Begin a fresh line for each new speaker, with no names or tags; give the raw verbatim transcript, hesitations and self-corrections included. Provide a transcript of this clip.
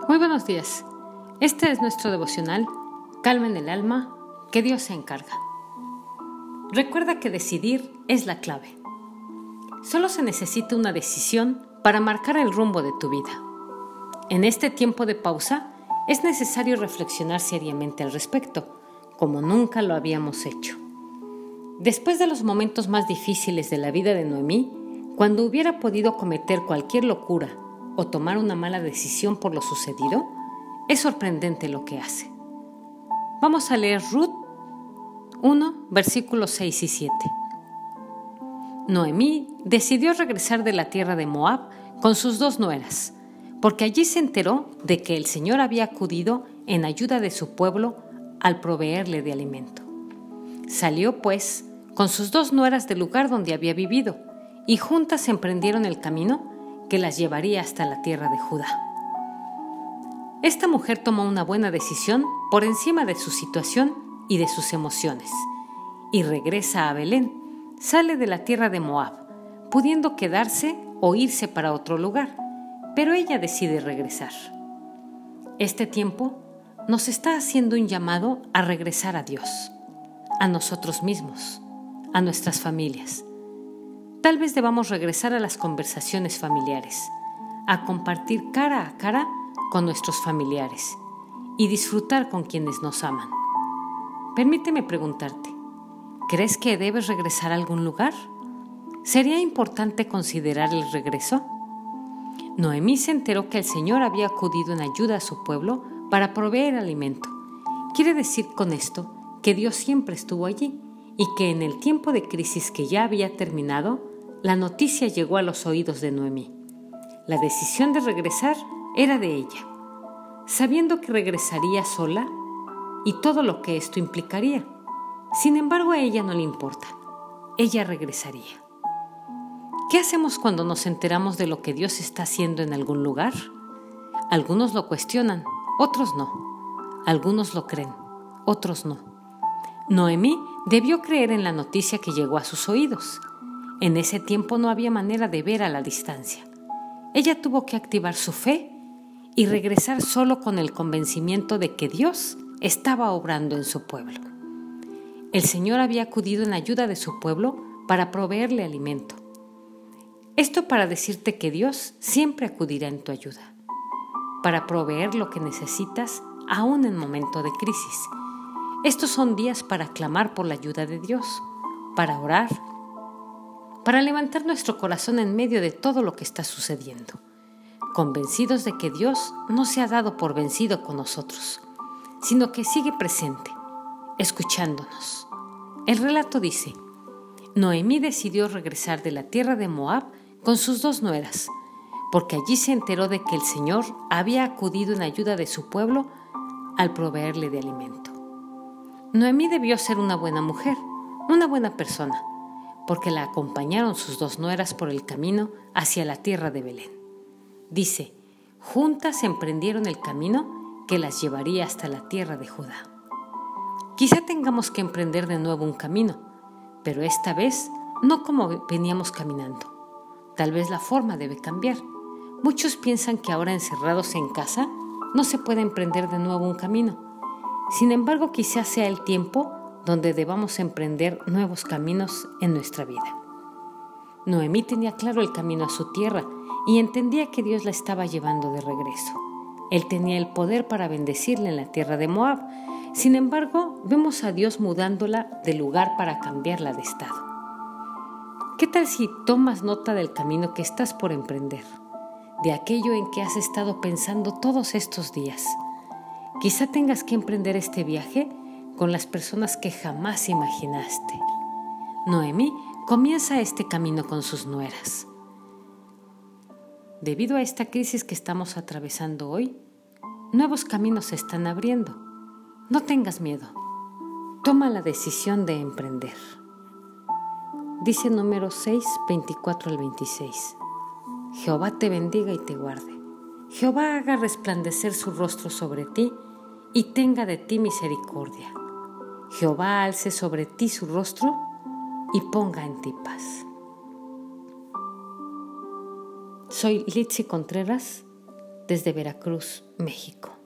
Muy buenos días. Este es nuestro devocional, Calma en el alma, que Dios se encarga. Recuerda que decidir es la clave. Solo se necesita una decisión para marcar el rumbo de tu vida. En este tiempo de pausa, es necesario reflexionar seriamente al respecto, como nunca lo habíamos hecho. Después de los momentos más difíciles de la vida de Noemí, cuando hubiera podido cometer cualquier locura o tomar una mala decisión por lo sucedido, es sorprendente lo que hace. Vamos a leer Ruth uno, versículos seis y siete. Noemí decidió regresar de la tierra de Moab con sus dos nueras, porque allí se enteró de que el Señor había acudido en ayuda de su pueblo al proveerle de alimento. Salió, pues, con sus dos nueras del lugar donde había vivido, y juntas emprendieron el camino que las llevaría hasta la tierra de Judá. Esta mujer tomó una buena decisión por encima de su situación y de sus emociones, y regresa a Belén, sale de la tierra de Moab, pudiendo quedarse o irse para otro lugar, pero ella decide regresar. Este tiempo nos está haciendo un llamado a regresar a Dios, a nosotros mismos, a nuestras familias. Tal vez debamos regresar a las conversaciones familiares, a compartir cara a cara con nuestros familiares y disfrutar con quienes nos aman. Permíteme preguntarte, ¿crees que debes regresar a algún lugar? ¿Sería importante considerar el regreso? Noemí se enteró que el Señor había acudido en ayuda a su pueblo para proveer alimento. Quiere decir con esto que Dios siempre estuvo allí y que en el tiempo de crisis que ya había terminado, la noticia llegó a los oídos de Noemí. La decisión de regresar era de ella, sabiendo que regresaría sola y todo lo que esto implicaría. Sin embargo, a ella no le importa. Ella regresaría. ¿Qué hacemos cuando nos enteramos de lo que Dios está haciendo en algún lugar? Algunos lo cuestionan, otros no. Algunos lo creen, otros no. Noemí debió creer en la noticia que llegó a sus oídos. En ese tiempo no había manera de ver a la distancia. Ella tuvo que activar su fe y regresar solo con el convencimiento de que Dios estaba obrando en su pueblo. El Señor había acudido en ayuda de su pueblo para proveerle alimento. Esto para decirte que Dios siempre acudirá en tu ayuda, para proveer lo que necesitas aún en momento de crisis. Estos son días para clamar por la ayuda de Dios, para orar, para levantar nuestro corazón en medio de todo lo que está sucediendo, convencidos de que Dios no se ha dado por vencido con nosotros, sino que sigue presente, escuchándonos. El relato dice: Noemí decidió regresar de la tierra de Moab con sus dos nueras, porque allí se enteró de que el Señor había acudido en ayuda de su pueblo al proveerle de alimento. Noemí debió ser una buena mujer, una buena persona, porque la acompañaron sus dos nueras por el camino hacia la tierra de Belén. Dice, juntas emprendieron el camino que las llevaría hasta la tierra de Judá. Quizá tengamos que emprender de nuevo un camino, pero esta vez no como veníamos caminando. Tal vez la forma debe cambiar. Muchos piensan que ahora encerrados en casa no se puede emprender de nuevo un camino. Sin embargo, quizás sea el tiempo donde debamos emprender nuevos caminos en nuestra vida. Noemí tenía claro el camino a su tierra y entendía que Dios la estaba llevando de regreso. Él tenía el poder para bendecirla en la tierra de Moab. Sin embargo, vemos a Dios mudándola de lugar para cambiarla de estado. ¿Qué tal si tomas nota del camino que estás por emprender? De aquello en que has estado pensando todos estos días. Quizá tengas que emprender este viaje con las personas que jamás imaginaste. Noemí comienza este camino con sus nueras. Debido a esta crisis que estamos atravesando hoy, nuevos caminos se están abriendo. No tengas miedo. Toma la decisión de emprender. Dice Números seis, veinticuatro al veintiséis. Jehová te bendiga y te guarde. Jehová haga resplandecer su rostro sobre ti y tenga de ti misericordia. Jehová alce sobre ti su rostro y ponga en ti paz. Soy Litsi Contreras desde Veracruz, México.